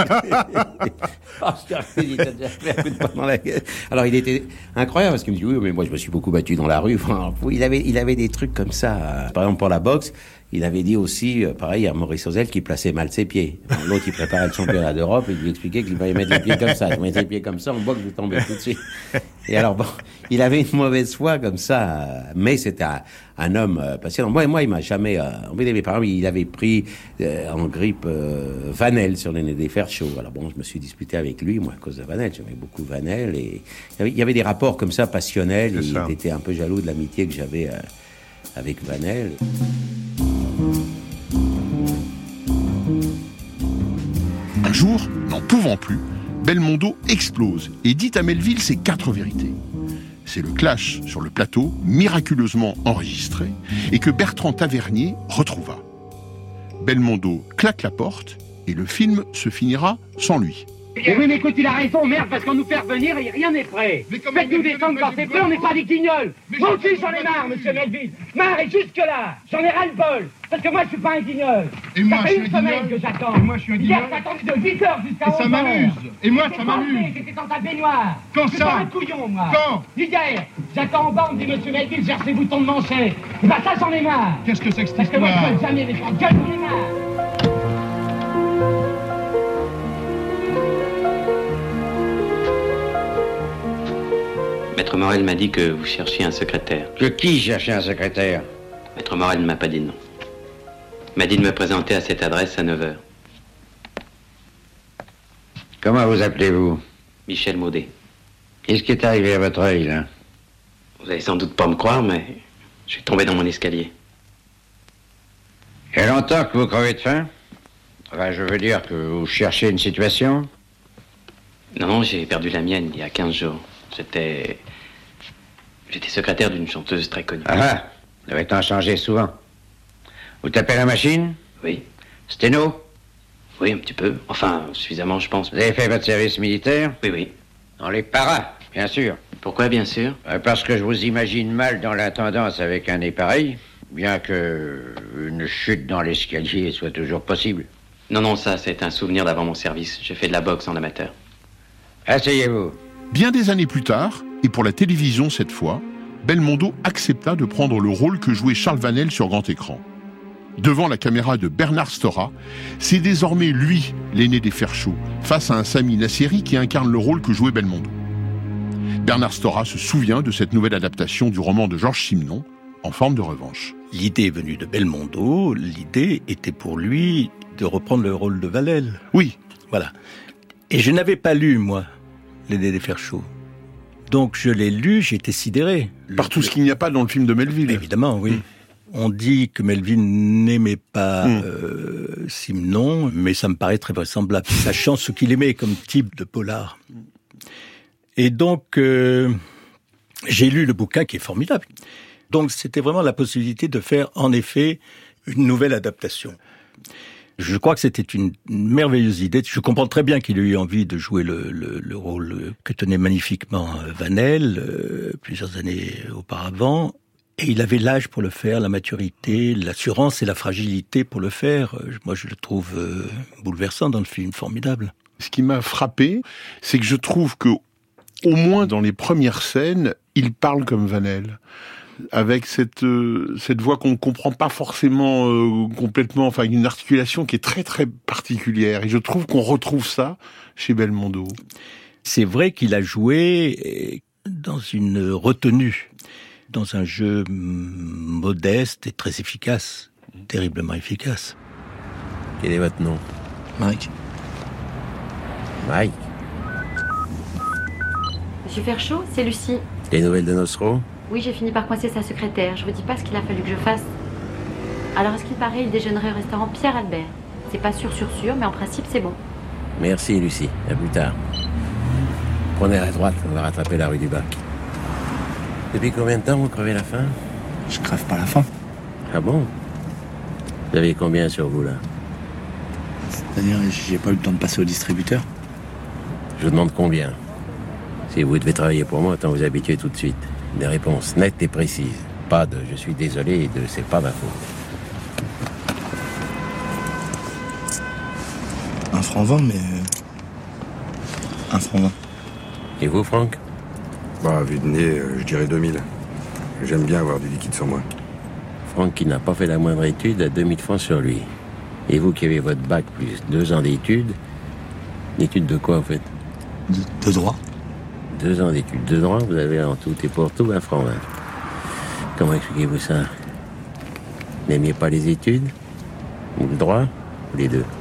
Alors, il était incroyable, parce qu'il me dit, oui, mais moi, je me suis beaucoup battu dans la rue. Enfin, il avait des trucs comme ça. Par exemple, pour la boxe, il avait dit aussi, pareil, à Maurice Ozel, qui plaçait mal ses pieds. L'autre, il préparait le championnat d'Europe, et il lui expliquait qu'il fallait mettre les pieds comme ça. Tu mets les pieds comme ça, en boxe, vous tombez tout de suite. Et alors, bon, il avait une mauvaise foi comme ça, mais c'était un homme passionnant. Moi, il m'a jamais... mais par exemple, il avait pris en grippe Vanel sur l'aîné des fers chauds. Alors bon, je me suis disputé avec lui, moi, à cause de Vanel. J'aimais beaucoup Vanel. Et il y avait des rapports comme ça, passionnels. Il était un peu jaloux de l'amitié que j'avais avec Vanel. Un jour, n'en pouvant plus, Belmondo explose et dit à Melville ses 4 vérités. C'est le clash sur le plateau, miraculeusement enregistré, et que Bertrand Tavernier retrouva. Belmondo claque la porte et le film se finira sans lui. Oui, mais écoute, il a raison, merde, parce qu'on nous fait revenir et rien n'est prêt. Faites-nous descendre quand c'est prêt, on n'est pas des guignols. Moi aussi, j'en ai marre, monsieur Melville. Marre et jusque-là. J'en ai ras-le-bol. Parce que moi, je suis pas un guignol. Et moi, ça fait une semaine que j'attends. Et moi, je suis un guignol. Hier, j'attendais de 8h jusqu'à 11h. Et ça m'amuse. Et moi, ça m'amuse. J'étais dans ta baignoire. Quand ça? ça? Un couillon, moi. Quand? Hier, j'attends en bas, on me dit, monsieur Melville, cherche ses boutons de manchette. Et bah, ça, j'en ai marre. Qu'est-ce que c'est que cette histoire? Parce que moi, je histoire? peux jamais les gens. Gueule, j'en ai marre. Maître Morel m'a dit que vous cherchiez un secrétaire. Que qui cherchait un secrétaire? Maître Morel ne m'a pas dit de nom. Il m'a dit de me présenter à cette adresse à 9h. Comment vous appelez-vous? Michel Maudet. Qu'est-ce qui est arrivé à votre œil, là? Vous allez sans doute pas me croire, mais je suis tombé dans mon escalier. Il y a longtemps que vous crevez de faim? Enfin, je veux dire que vous cherchez une situation? Non, j'ai perdu la mienne il y a 15 jours. J'étais secrétaire d'une chanteuse très connue. Ah, vous devez en changer souvent. Vous tapez la machine? Oui. Sténo? Oui, un petit peu. Enfin, suffisamment, je pense. Vous avez fait votre service militaire? Oui, oui. Dans les paras, bien sûr. Pourquoi, bien sûr? Parce que je vous imagine mal dans l'intendance avec un nez pareil, bien que une chute dans l'escalier soit toujours possible. Non, non, ça, c'est un souvenir d'avant mon service. J'ai fait de la boxe en amateur. Asseyez-vous. Bien des années plus tard, et pour la télévision cette fois, Belmondo accepta de prendre le rôle que jouait Charles Vanel sur grand écran. Devant la caméra de Bernard Stora, c'est désormais lui, l'aîné des fers chauds, face à un Sami Nasseri qui incarne le rôle que jouait Belmondo. Bernard Stora se souvient de cette nouvelle adaptation du roman de Georges Simenon, En forme de revanche. L'idée est venue de Belmondo, l'idée était pour lui de reprendre le rôle de Vanel. Oui. Voilà. Et je n'avais pas lu, moi, L'aîné des fers chauds. Donc je l'ai lu, j'ai été sidéré. Par tout ce qu'il n'y a pas dans le film de Melville. Évidemment, oui. On dit que Melville n'aimait pas Simenon, mais ça me paraît très vraisemblable, sachant ce qu'il aimait comme type de polar. Et donc, j'ai lu le bouquin qui est formidable. Donc c'était vraiment la possibilité de faire, en effet, une nouvelle adaptation. Je crois que c'était une merveilleuse idée. Je comprends très bien qu'il ait eu envie de jouer le rôle que tenait magnifiquement Vanel plusieurs années auparavant. Et il avait l'âge pour le faire, la maturité, l'assurance et la fragilité pour le faire. Moi, je le trouve bouleversant dans le film, formidable. Ce qui m'a frappé, c'est que je trouve que, au moins dans les premières scènes, il parle comme Vanel. Avec cette voix qu'on ne comprend pas forcément complètement, enfin une articulation qui est très très particulière. Et je trouve qu'on retrouve ça chez Belmondo. C'est vrai qu'il a joué dans une retenue, dans un jeu modeste et très efficace, terriblement efficace. Quel est votre nom? Mike. Mike. Monsieur Ferchaud, c'est Lucie. Les nouvelles de Nostro? Oui, j'ai fini par coincer sa secrétaire. Je vous dis pas ce qu'il a fallu que je fasse. Alors, à ce qu'il paraît, il déjeunerait au restaurant Pierre Albert. C'est pas sûr, mais en principe, c'est bon. Merci, Lucie. À plus tard. Prenez à la droite, on va rattraper la rue du Bac. Depuis combien de temps vous crevez la faim? Je crève pas la faim. Ah bon? Vous avez combien sur vous, là? C'est-à-dire, j'ai pas eu le temps de passer au distributeur. Je vous demande combien. Si vous devez travailler pour moi, autant vous habituer tout de suite. Des réponses nettes et précises. Pas de « je suis désolé » et de « c'est pas ma faute ». franc 20, mais... 1 franc 20. Et vous, Franck? Vu de nez, je dirais 2000. J'aime bien avoir du liquide sur moi. Franck qui n'a pas fait la moindre étude a 2000 francs sur lui. Et vous qui avez votre bac plus 2 ans d'études, d'études de quoi en fait? De droit. 2 ans d'études de droit, vous avez en tout et pour tout 1 franc 20. Comment expliquez-vous ça? N'aimiez pas les études? Ou le droit? Ou les deux?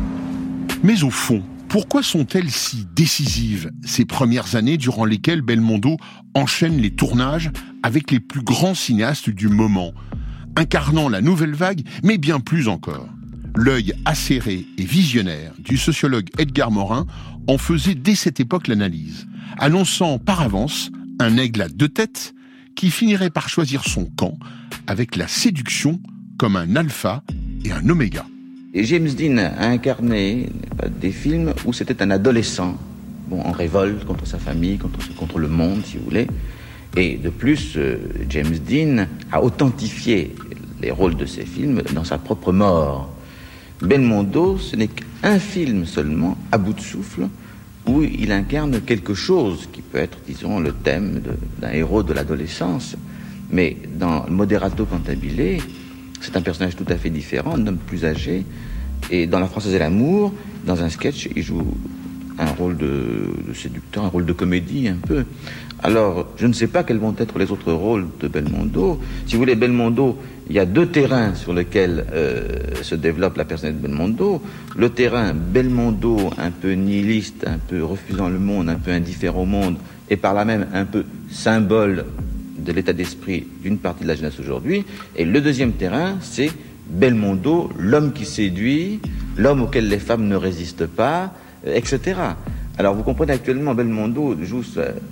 Mais au fond, pourquoi sont-elles si décisives, ces premières années durant lesquelles Belmondo enchaîne les tournages avec les plus grands cinéastes du moment, incarnant la nouvelle vague, mais bien plus encore? L'œil acéré et visionnaire du sociologue Edgar Morin en faisait dès cette époque l'analyse, annonçant par avance un aigle à 2 têtes qui finirait par choisir son camp avec la séduction comme un alpha et un oméga. Et James Dean a incarné des films où c'était un adolescent, en révolte contre sa famille, contre le monde, si vous voulez. Et de plus, James Dean a authentifié les rôles de ces films dans sa propre mort. Belmondo, ce n'est qu'un film seulement, à bout de souffle, où il incarne quelque chose qui peut être, disons, le thème d'un héros de l'adolescence. Mais dans Moderato Cantabile, c'est un personnage tout à fait différent, un homme plus âgé. Et dans La Française et l'amour, dans un sketch, il joue un rôle de séducteur, un rôle de comédie un peu. Alors, je ne sais pas quels vont être les autres rôles de Belmondo. Si vous voulez, Belmondo, il y a 2 terrains sur lesquels se développe la personnalité de Belmondo. Le terrain Belmondo, un peu nihiliste, un peu refusant le monde, un peu indifférent au monde, et par là même un peu symbole de l'état d'esprit d'une partie de la jeunesse aujourd'hui. Et le deuxième terrain, c'est Belmondo, l'homme qui séduit, l'homme auquel les femmes ne résistent pas, etc. Alors vous comprenez, actuellement, Belmondo joue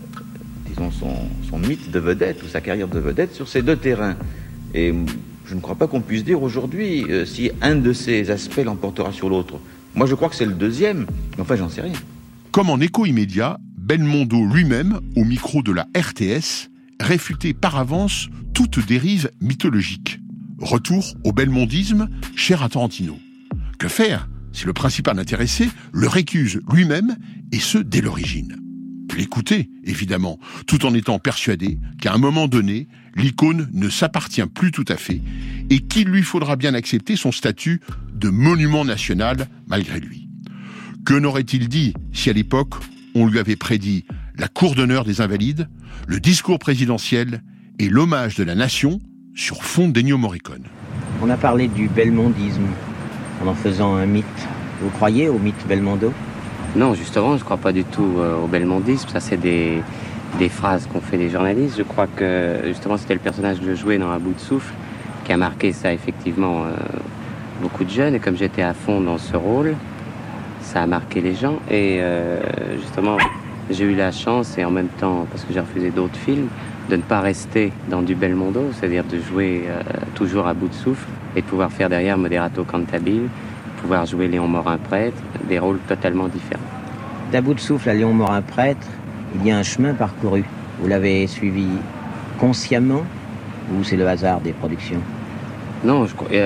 son mythe de vedette, ou sa carrière de vedette, sur ces 2 terrains. Et je ne crois pas qu'on puisse dire aujourd'hui si un de ces aspects l'emportera sur l'autre. Moi, je crois que c'est le deuxième, mais enfin, j'en sais rien. Comme en écho immédiat, Belmondo lui-même, au micro de la RTS, réfutait par avance toute dérive mythologique. Retour au belmondisme cher à Tarantino. Que faire si le principal intéressé le récuse lui-même, et ce dès l'origine? L'écouter, évidemment, tout en étant persuadé qu'à un moment donné, l'icône ne s'appartient plus tout à fait et qu'il lui faudra bien accepter son statut de monument national malgré lui. Que n'aurait-il dit si à l'époque, on lui avait prédit la cour d'honneur des Invalides, le discours présidentiel et l'hommage de la nation sur fond d'Ennio Morricone? On a parlé du belmondisme en faisant un mythe. Vous croyez au mythe Belmondo? Non, justement, je ne crois pas du tout au belmondisme. Ça, c'est des phrases qu'ont fait les journalistes. Je crois que, justement, c'était le personnage que je jouais dans À bout de souffle qui a marqué ça, effectivement, beaucoup de jeunes. Et comme j'étais à fond dans ce rôle, ça a marqué les gens. Et justement, j'ai eu la chance, et en même temps, parce que j'ai refusé d'autres films, de ne pas rester dans du Belmondo, c'est-à-dire de jouer toujours à bout de souffle et de pouvoir faire derrière Moderato Cantabile, pouvoir jouer Léon Morin prêtre, des rôles totalement différents. D'À bout de souffle à Léon Morin prêtre, il y a un chemin parcouru. Vous l'avez suivi consciemment ou c'est le hasard des productions? Non,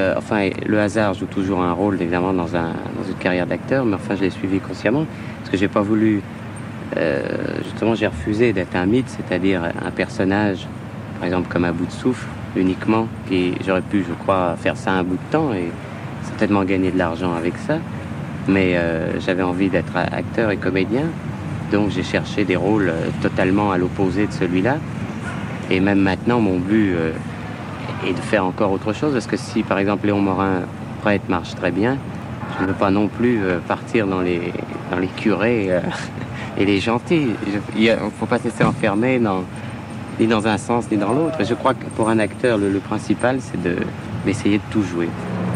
le hasard joue toujours un rôle, évidemment, dans une carrière d'acteur, mais enfin, je l'ai suivi consciemment, parce que j'ai pas voulu... justement, j'ai refusé d'être un mythe, c'est-à-dire un personnage, par exemple, comme À bout de souffle, uniquement, j'aurais pu, je crois, faire ça un bout de temps et certainement gagner de l'argent avec ça, mais j'avais envie d'être acteur et comédien, donc j'ai cherché des rôles totalement à l'opposé de celui-là, et même maintenant, mon but est de faire encore autre chose, parce que si, par exemple, Léon Morin prêtre marche très bien, je ne veux pas non plus partir dans les curés et les gentils. Il ne faut pas se laisser enfermer ni dans un sens ni dans l'autre. Et je crois que pour un acteur, le principal, c'est d'essayer de tout jouer.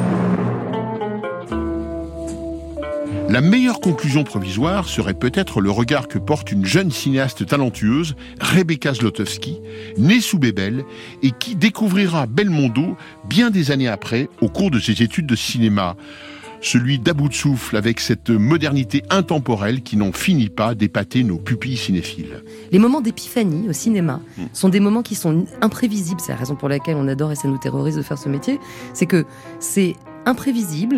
La meilleure conclusion provisoire serait peut-être le regard que porte une jeune cinéaste talentueuse, Rebecca Zlotowski, née sous Bébel, et qui découvrira Belmondo bien des années après, au cours de ses études de cinéma. Celui d'À bout de souffle, avec cette modernité intemporelle qui n'en finit pas d'épater nos pupilles cinéphiles. Les moments d'épiphanie au cinéma sont des moments qui sont imprévisibles. C'est la raison pour laquelle on adore et ça nous terrorise de faire ce métier. C'est que c'est imprévisible,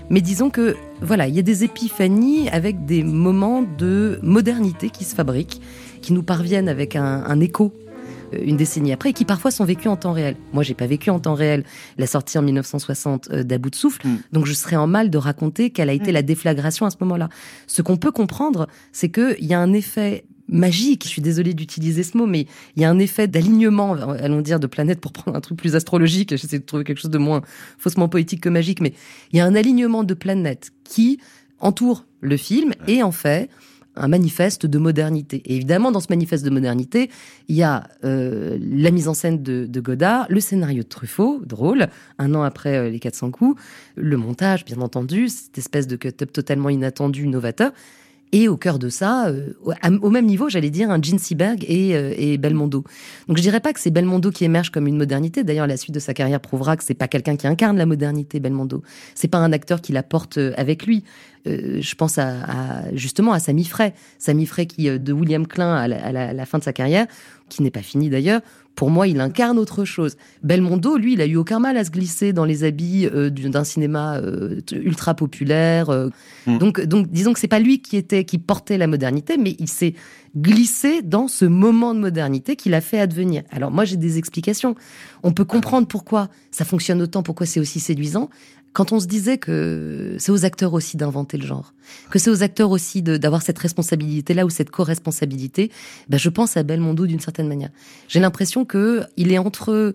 Mais disons que, voilà, il y a des épiphanies avec des moments de modernité qui se fabriquent, qui nous parviennent avec un écho une décennie après, et qui parfois sont vécus en temps réel. Moi, j'ai pas vécu en temps réel la sortie en 1960 d'À bout de souffle, donc je serais en mal de raconter quelle a été la déflagration à ce moment-là. Ce qu'on peut comprendre, c'est qu'il y a un effet magique, je suis désolée d'utiliser ce mot, mais il y a un effet d'alignement, allons dire de planète pour prendre un truc plus astrologique, j'essaie de trouver quelque chose de moins faussement poétique que magique, mais il y a un alignement de planètes qui entoure le film et en fait un manifeste de modernité. Et évidemment, dans ce manifeste de modernité, il y a la mise en scène de Godard, le scénario de Truffaut, drôle, 1 an après Les 400 coups, le montage, bien entendu, cette espèce de cut-up totalement inattendu, novateur. Et au cœur de ça, au même niveau, j'allais dire, un Gene Seberg et Belmondo. Donc je dirais pas que c'est Belmondo qui émerge comme une modernité. D'ailleurs, la suite de sa carrière prouvera que c'est pas quelqu'un qui incarne la modernité, Belmondo. C'est pas un acteur qui la porte avec lui. Je pense justement à Sami Frey. Sami Frey qui, de William Klein à la fin de sa carrière, qui n'est pas fini d'ailleurs, pour moi, il incarne autre chose. Belmondo, lui, il a eu aucun mal à se glisser dans les habits d'un cinéma ultra populaire. Donc, disons que c'est pas lui qui portait la modernité, mais il s'est glissé dans ce moment de modernité qu'il a fait advenir. Alors moi, j'ai des explications. On peut comprendre pourquoi ça fonctionne autant, pourquoi c'est aussi séduisant. Quand on se disait que c'est aux acteurs aussi d'inventer le genre, que c'est aux acteurs aussi d'avoir cette responsabilité-là ou cette co-responsabilité, ben je pense à Belmondo d'une certaine manière. J'ai l'impression que il est entre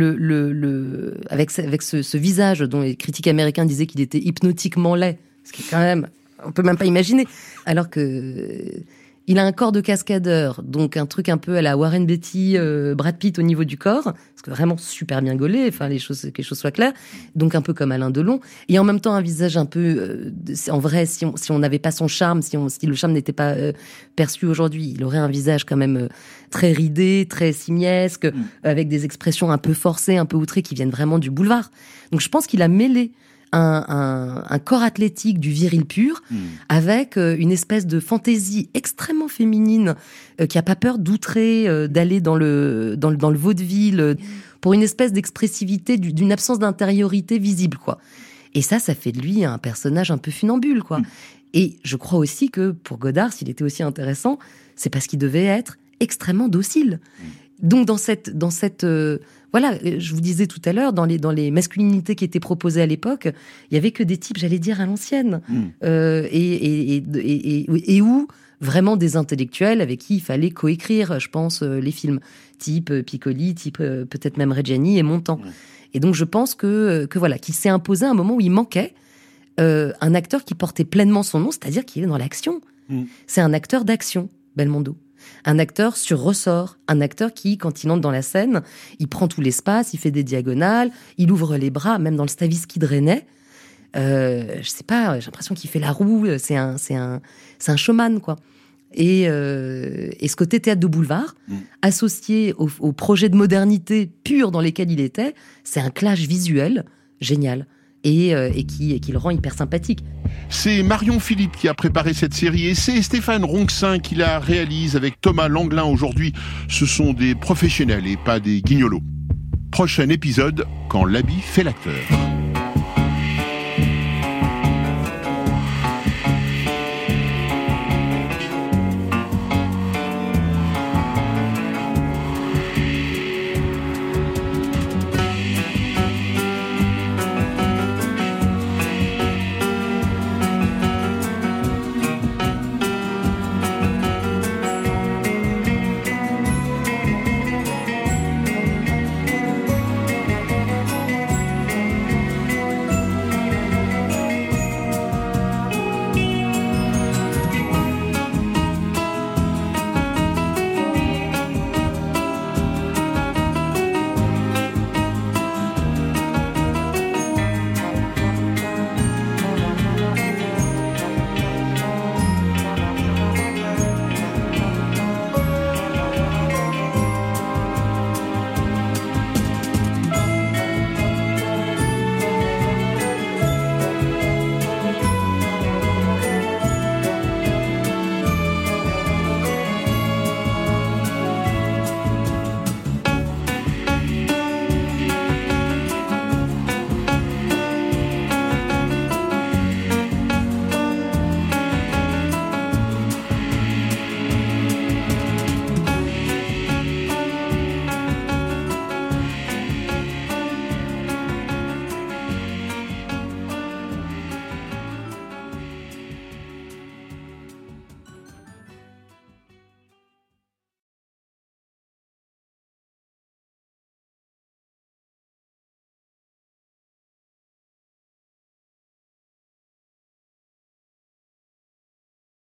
avec ce visage dont les critiques américains disaient qu'il était hypnotiquement laid, ce qui est quand même, on peut même pas imaginer, alors que il a un corps de cascadeur, donc un truc un peu à la Warren Beatty, Brad Pitt au niveau du corps, parce que vraiment super bien gaulé, enfin que les choses soient claires, donc un peu comme Alain Delon, et en même temps un visage un peu, en vrai, si on n'avait pas son charme, si le charme n'était pas perçu aujourd'hui, il aurait un visage quand même très ridé, très simiesque, avec des expressions un peu forcées, un peu outrées, qui viennent vraiment du boulevard. Donc je pense qu'il a mêlé un corps athlétique du viril pur avec une espèce de fantaisie extrêmement féminine qui a pas peur d'outrer, d'aller dans le vaudeville pour une espèce d'expressivité d'une absence d'intériorité visible, quoi. Et ça fait de lui un personnage un peu funambule, quoi. Et je crois aussi que pour Godard, s'il était aussi intéressant, c'est parce qu'il devait être extrêmement docile. Donc dans cette voilà, je vous disais tout à l'heure, dans les masculinités qui étaient proposées à l'époque, il y avait que des types, j'allais dire, à l'ancienne, et où vraiment des intellectuels avec qui il fallait coécrire, je pense, les films, type Piccoli, type peut-être même Reggiani et Montand. Et donc je pense que voilà, qu'il s'est imposé à un moment où il manquait un acteur qui portait pleinement son nom, c'est-à-dire qu'il est dans l'action. C'est un acteur d'action, Belmondo. Un acteur sur ressort, un acteur qui, quand il entre dans la scène, il prend tout l'espace, il fait des diagonales, il ouvre les bras, même dans le Stavisky de René. Je sais pas, j'ai l'impression qu'il fait la roue, c'est un showman, quoi. Et ce côté théâtre de boulevard, associé au projet de modernité pure dans lesquels il était, c'est un clash visuel génial. Et qui le rend hyper sympathique. C'est Marion Philippe qui a préparé cette série et c'est Stéphane Ronxin qui la réalise avec Thomas Langlin aujourd'hui. Ce sont des professionnels et pas des guignolos. Prochain épisode, quand l'habit fait l'acteur.